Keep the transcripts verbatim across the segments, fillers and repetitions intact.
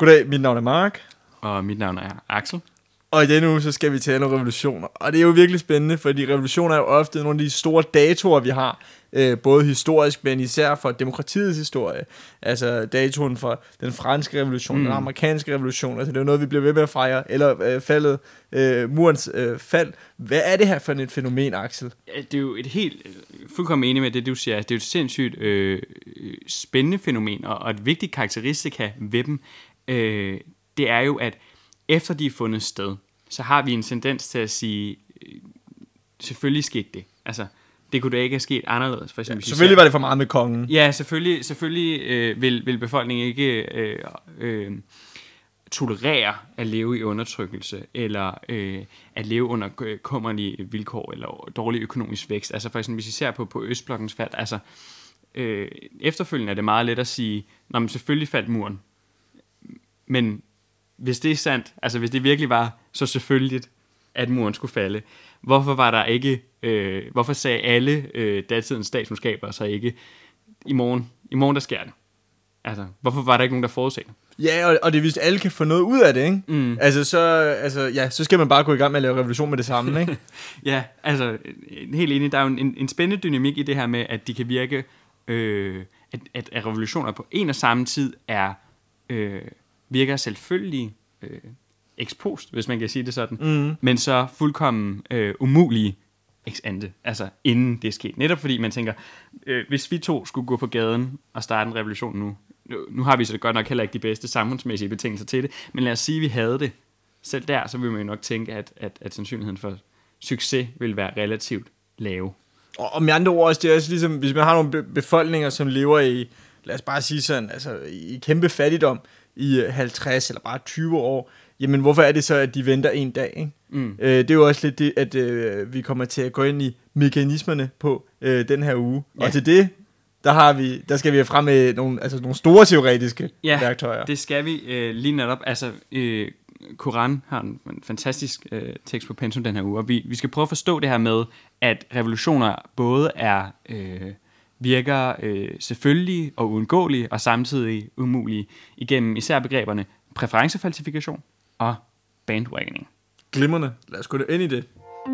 Goddag, mit navn er Mark. Og mit navn er Axel. Og i denne uge, så skal vi tale om revolutioner. Og det er jo virkelig spændende, fordi revolutioner er jo ofte nogle af de store datoer, vi har. Øh, både historisk, men især for demokratiets historie. Altså datoen for den franske revolution, mm. den amerikanske revolution. Altså det er jo noget, vi bliver ved med at fejre. Eller øh, faldet, øh, murens øh, fald. Hvad er det her for et fænomen, Axel? Det er jo et helt, fuldkommen enig med det, du siger. Det er jo et sindssygt øh, spændende fænomen, og, og et vigtigt karakteristika ved dem, øh, det er jo, at efter de er fundet sted, så har vi en tendens til at sige, øh, selvfølgelig skete det. Altså, det kunne da ikke have sket anderledes. For eksempel, ja, selvfølgelig var det for meget med kongen. Ja, selvfølgelig, selvfølgelig øh, vil, vil befolkningen ikke øh, øh, tolerere at leve i undertrykkelse, eller øh, at leve under kummerlige vilkår, eller dårlig økonomisk vækst. Altså for eksempel, hvis vi ser på, på Østblokkens fald, altså øh, efterfølgende er det meget let at sige, nå, men selvfølgelig faldt muren. Men hvis det er sandt, altså hvis det virkelig var så selvfølgeligt, at muren skulle falde, hvorfor var der ikke, øh, hvorfor sagde alle øh, datidens statskundskaber så ikke, i morgen, i morgen der sker det? Altså, hvorfor var der ikke nogen, der forudsagde det? Ja, og, og det er vist, alle kan få noget ud af det, ikke? Mm. Altså, så, altså, ja, så skal man bare gå i gang med at lave revolution med det samme, ikke? Ja, altså, helt enig, der er jo en, en spændende dynamik i det her med, at de kan virke, øh, at, at, at revolutioner på en og samme tid er, øh, virker selvfølgelig øh, expost, hvis man kan sige det sådan, mm. men så fuldkommen øh, umulige ex ante, altså inden det er sket. Netop fordi man tænker, øh, hvis vi to skulle gå på gaden og starte en revolution nu, nu, nu har vi så det godt nok heller ikke de bedste samfundsmæssige betingelser til det, men lad os sige, at vi havde det. Selv der, så vil man jo nok tænke, at, at, at sandsynligheden for succes vil være relativt lave. Og, og med andre ord, det er også ligesom, hvis man har nogle be- befolkninger, som lever i, lad os bare sige sådan, altså i kæmpe fattigdom i halvtreds eller bare tyve år, jamen hvorfor er det så, at de venter en dag, ikke? Mm. Øh, det er jo også lidt det, at øh, vi kommer til at gå ind i mekanismerne på øh, den her uge. Ja. Og til det, der, har vi, der skal vi frem med nogle, altså nogle store teoretiske ja, værktøjer. Det skal vi øh, lige netop. Altså, øh, Koran har en, en fantastisk øh, tekst på pensum den her uge, og vi, vi skal prøve at forstå det her med, at revolutioner både er øh, virker øh, selvfølgelige og uundgåelige, og samtidig umulige, igennem især begreberne præferencefalsifikation og bandwagoning. Glimrende. Lad os gå ind i det.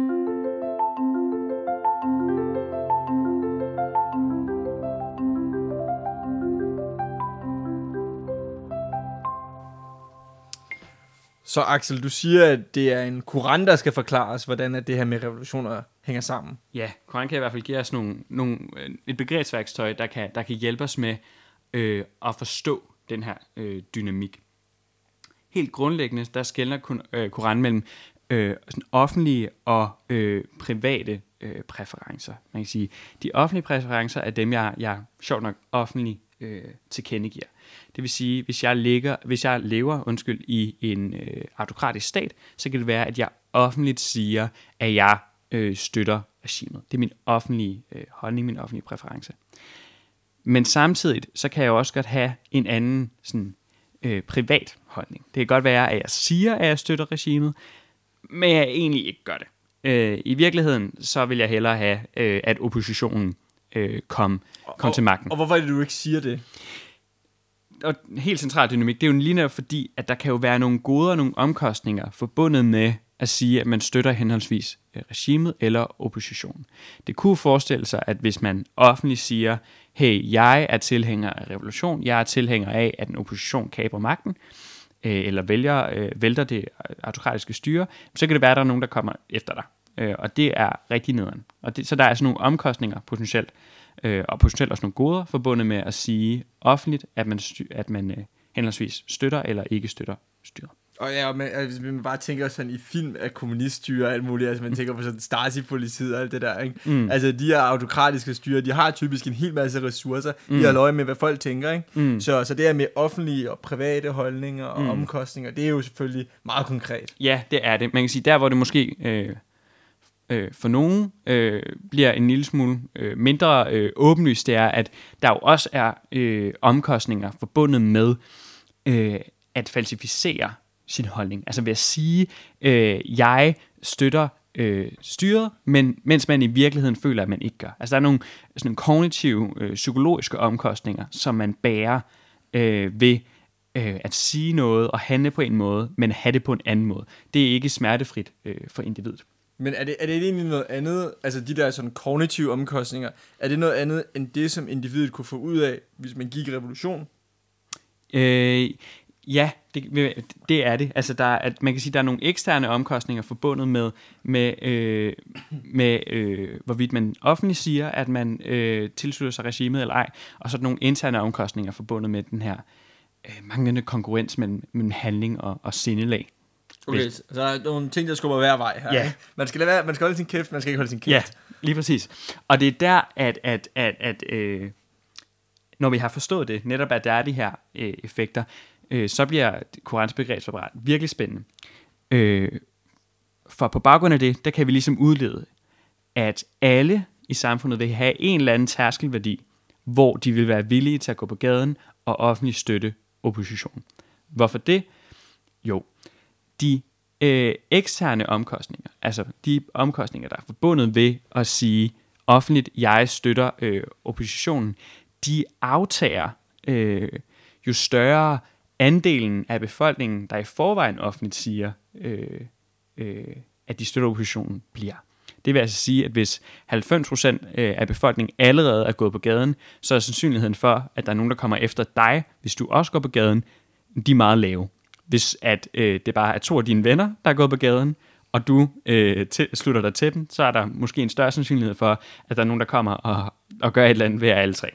Så Axel, du siger, at det er en koran, der skal forklares, hvordan at det her med revolutioner hænger sammen. Ja, koran kan i hvert fald give os nogle, nogle, et begrebsværktøj, der kan, der kan hjælpe os med øh, at forstå den her øh, dynamik. Helt grundlæggende, der skelner kun, øh, koran mellem øh, sådan offentlige og øh, private øh, præferencer. Man kan sige, de offentlige præferencer er dem, jeg, jeg sjovt nok offentligt øh, tilkendegiver. Det vil sige, hvis jeg, ligger, hvis jeg lever undskyld, i en øh, autokratisk stat, så kan det være, at jeg offentligt siger, at jeg øh, støtter regimet. Det er min offentlige øh, holdning, min offentlige præference. Men samtidig, så kan jeg også godt have en anden sådan, øh, privat holdning. Det kan godt være, at jeg siger, at jeg støtter regimet, men jeg egentlig ikke gør det. Øh, I virkeligheden, så vil jeg hellere have, øh, at oppositionen øh, kom, kom og, til magten. Og hvorfor er det, du ikke siger det? Og helt central dynamik, det er jo lige netop fordi, at der kan jo være nogle gode og nogle omkostninger forbundet med at sige, at man støtter henholdsvis regimet eller oppositionen. Det kunne forestille sig, at hvis man offentligt siger, hey, jeg er tilhænger af revolution, jeg er tilhænger af, at en opposition kaprer magten, øh, eller vælger, øh, vælter det autokratiske styre, så kan det være, at der er nogen, der kommer efter dig. Øh, og det er rigtig nederen. Og det, så der er altså nogle omkostninger potentielt, øh, og potentielt også nogle goder, forbundet med at sige offentligt, at man, styr, at man øh, henholdsvis støtter eller ikke støtter styret. Og ja, men altså, man bare tænker sådan i film af kommuniststyre og alt muligt, altså man tænker på sådan Stasi-politiet og alt det der, ikke? Mm. Altså de her autokratiske styre, de har typisk en hel masse ressourcer, mm. de har løje med, hvad folk tænker, ikke? Mm. Så, så det her med offentlige og private holdninger og mm. omkostninger, det er jo selvfølgelig meget konkret. Ja, det er det. Man kan sige, der hvor det måske øh, øh, for nogen øh, bliver en lille smule øh, mindre øh, åbenlyst, det er, at der jo også er øh, omkostninger forbundet med øh, at falsificere sin holdning. Altså ved at sige, øh, jeg støtter øh, styret, men mens man i virkeligheden føler, at man ikke gør. Altså der er nogle, sådan nogle kognitive, øh, psykologiske omkostninger, som man bærer øh, ved øh, at sige noget og handle på en måde, men have det på en anden måde. Det er ikke smertefrit øh, for individet. Men er det, er det egentlig noget andet, altså de der sådan kognitive omkostninger, er det noget andet end det, som individet kunne få ud af, hvis man gik i revolution? Øh, ja, det, det er det. Altså der er, at man kan sige, at der er nogle eksterne omkostninger forbundet med, med, øh, med øh, hvorvidt man offentligt siger, at man øh, tilslutter sig regimet eller ej, og så er der nogle interne omkostninger forbundet med den her øh, manglende konkurrence mellem, mellem handling og, og sindelag. Okay, så der er nogle ting, der skubber hver vej her. Ja. Ikke? Man skal lade være, man skal holde sin kæft, man skal ikke holde sin kæft. Ja, lige præcis. Og det er der, at, at, at, at øh, når vi har forstået det, netop at der er de her øh, effekter, øh, så bliver konkurrencebegrebsapparat virkelig spændende. Øh, for på baggrund af det, der kan vi ligesom udlede, at alle i samfundet vil have en eller anden tærskelværdi, hvor de vil være villige til at gå på gaden og offentligt støtte opposition. Hvorfor det? Jo, de øh, eksterne omkostninger, altså de omkostninger, der er forbundet ved at sige offentligt, jeg støtter øh, oppositionen, de aftager øh, jo større andelen af befolkningen, der i forvejen offentligt siger, øh, øh, at de støtter oppositionen, bliver. Det vil altså sige, at hvis halvfems procent af befolkningen allerede er gået på gaden, så er sandsynligheden for, at der er nogen, der kommer efter dig, hvis du også går på gaden, de er meget lave. Hvis at, øh, det bare er to af dine venner, der er gået på gaden, og du øh, til, slutter dig til dem, så er der måske en større sandsynlighed for, at der er nogen, der kommer og, og gør et eller andet ved alle tre.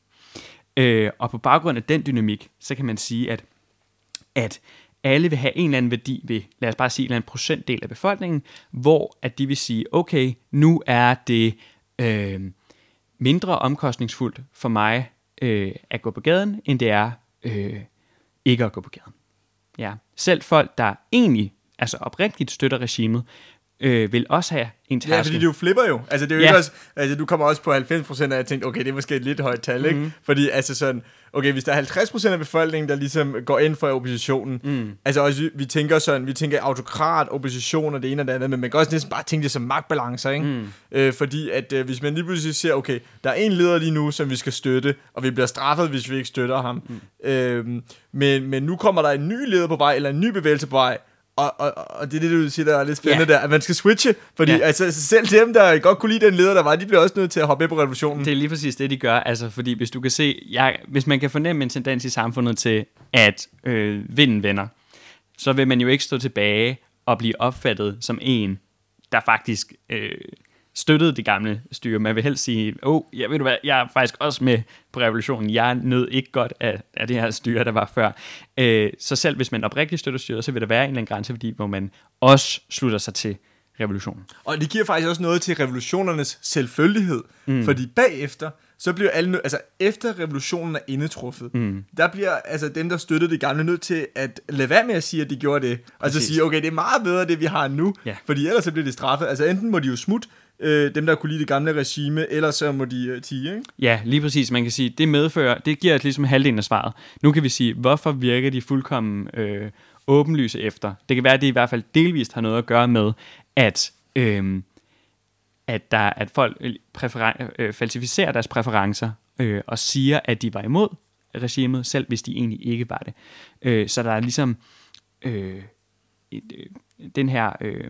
Øh, og på baggrund af den dynamik, så kan man sige, at, at alle vil have en eller anden værdi ved, lad os bare sige, en eller anden procentdel af befolkningen, hvor at de vil sige, okay, nu er det øh, mindre omkostningsfuldt for mig øh, at gå på gaden, end det er øh, ikke at gå på gaden. Ja. Selv folk, der egentlig, altså oprigtigt støtter regimet, øh, vil også have en tærskel. Ja, fordi det jo flipper jo. Altså, det er jo ja. ikke også, altså, du kommer også på halvfems procent, og jeg tænkte, okay, det er måske et lidt højt tal, ikke? Mm-hmm. Fordi, altså sådan, okay, hvis der er halvtreds procent af befolkningen, der ligesom går ind for oppositionen, mm. altså også, vi tænker sådan, vi tænker autokrat, opposition og det ene og det andet, men man kan også næsten bare tænke det som magtbalancer, ikke? Mm. Øh, fordi at øh, hvis man lige pludselig siger, okay, der er en leder lige nu, som vi skal støtte, og vi bliver straffet, hvis vi ikke støtter ham. Mm. Øh, men, men nu kommer der en ny leder på vej, eller en ny bevægelse på vej, Og, og, og det er det, du siger, der er lidt spændende yeah. der, at man skal switche, fordi yeah. altså, selv dem, der godt kunne lide den leder, der var, de bliver også nødt til at hoppe med på revolutionen. Det er lige præcis det, de gør, altså, fordi hvis du kan se, jeg, hvis man kan fornemme en tendens i samfundet til, at øh, vinden vender, så vil man jo ikke stå tilbage og blive opfattet som en, der faktisk øh, støttede det gamle styre. Man vil helst sige, åh, oh, jeg ved du hvad, jeg er faktisk også med på revolutionen. Jeg nød ikke godt af, af det her styre, der var før. Øh, så selv hvis man oprigtigt støtter styret, så vil der være en eller anden grænseværdi, hvor man også slutter sig til revolutionen. Og det giver faktisk også noget til revolutionernes selvfølgelighed, mm. fordi bagefter, så bliver alle nød, altså efter revolutionen er indetruffet, mm. der bliver altså dem, der støttede det gamle, nødt til at lade være med at sige, at de gjorde det, og så sige, okay, det er meget bedre, det vi har nu, ja. Fordi ellers så bliver det straffet. Altså enten må de jo smutte, øh, dem der kunne lide det gamle regime, eller så må de øh, tige, ikke? Ja, lige præcis. Man kan sige, det medfører, det giver os ligesom halvdelen af svaret. Nu kan vi sige, hvorfor virker de fuldkommen øh, åbenlyse efter? Det kan være, at det i hvert fald delvist har noget at gøre med, at øh, at, der, at folk præferen- øh, falsificerer deres præferencer øh, og siger, at de var imod regimet, selv hvis de egentlig ikke var det. Øh, så der er ligesom øh, et, øh, den her øh,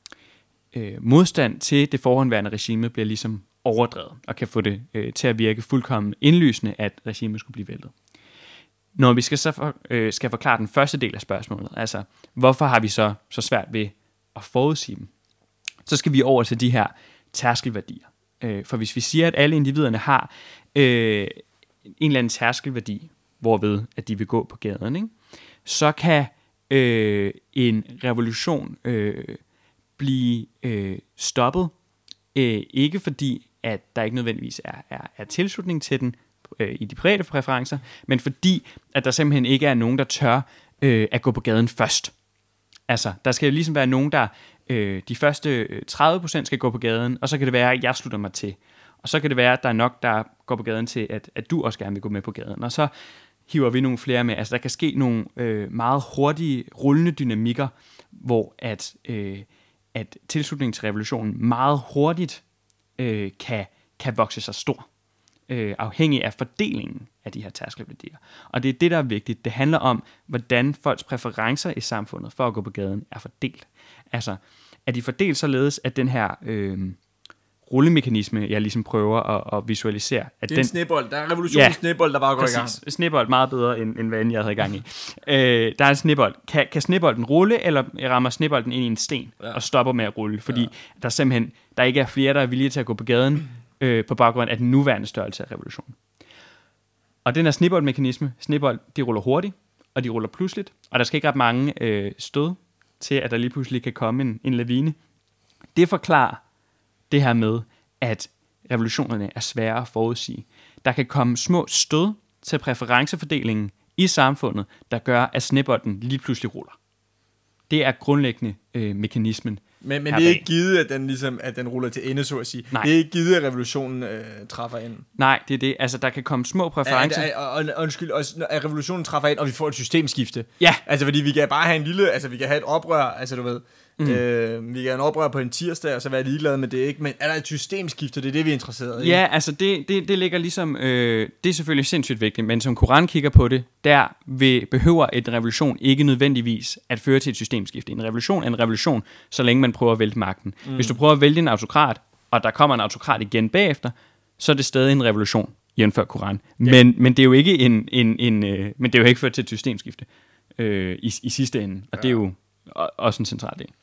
øh, modstand til det forhåndværende regime bliver ligesom overdrevet og kan få det øh, til at virke fuldkommen indlysende, at regimet skulle blive væltet. Når vi skal, så for, øh, skal forklare den første del af spørgsmålet, altså hvorfor har vi så, så svært ved at forudsige dem, så skal vi over til de her tærskelværdier. Øh, for hvis vi siger, at alle individerne har øh, en eller anden tærskelværdi, hvorved at de vil gå på gaden, ikke? Så kan øh, en revolution øh, blive øh, stoppet, øh, ikke fordi, at der ikke nødvendigvis er, er, er tilslutning til den øh, i de private præferencer, men fordi, at der simpelthen ikke er nogen, der tør øh, at gå på gaden først. Altså, der skal jo ligesom være nogen, der øh, de første tredive procent skal gå på gaden, og så kan det være, at jeg slutter mig til. Og så kan det være, at der er nok, der går på gaden til, at, at du også gerne vil gå med på gaden. Og så hiver vi nogle flere med. Altså, der kan ske nogle øh, meget hurtige, rullende dynamikker, hvor at, øh, at tilslutningen til revolutionen meget hurtigt øh, kan, kan vokse sig stor. øh, afhængig af fordelingen af de her tærskelværdier. Og det er det, der er vigtigt. Det handler om, hvordan folks præferencer i samfundet for at gå på gaden er fordelt. Altså, er de fordelt således, at den her øh, rullemekanisme, jeg ligesom prøver at, at visualisere. At det er den, en snebold. Der er revolutionens ja, snebold, der bare går præcis. i gang. Snebold meget bedre, end, end hvad jeg havde i gang i. øh, der er en snebold. Kan, kan snebolden rulle, eller rammer snebolden ind i en sten ja. og stopper med at rulle? Fordi ja. der simpelthen der ikke er flere, der er villige til at gå på gaden øh, på baggrund af den nuværende størrelse af revolutionen. Og den her sneboldmekanisme, snebold, de ruller hurtigt, og de ruller pludseligt, og der skal ikke ret mange øh, stød til, at der lige pludselig kan komme en, en lavine. Det forklarer det her med, at revolutionerne er svære at forudsige. Der kan komme små stød til præferencefordelingen i samfundet, der gør, at snebolden lige pludselig ruller. Det er grundlæggende øh, mekanismen. Men, men det er ikke givet, at den, ligesom, at den ruller til ende, så at sige. Nej. Det er ikke givet, at revolutionen øh, træffer ind. Nej, det er det. Altså, der kan komme små præferencer. Ja, og, og, og, undskyld, også, at revolutionen træffer ind, og vi får et systemskifte. Ja. Altså, fordi vi kan bare have en lille, altså vi kan have et oprør, altså du ved, mm. øh, vi kan have en oprør på en tirsdag, og så være ligeglade med det, ikke? Men er der et systemskifte, det er det, vi er interesseret i. Ja, altså det, det, det ligger ligesom, øh, det er selvfølgelig sindssygt vigtigt, men som Koran kigger på det, der vil, behøver et revolution ikke nødvendigvis at føre til et systemskifte. En revolution er en revolution, så længe man prøver at vælte magten. Mm. Hvis du prøver at vælge en autokrat, og der kommer en autokrat igen bagefter, så er det stadig en revolution, jævnfør Koran. Ja. Men, men det er jo ikke en, en, en øh, men det er jo ikke ført til et systemskifte øh, i, i sidste ende, og ja. det er jo også en central del.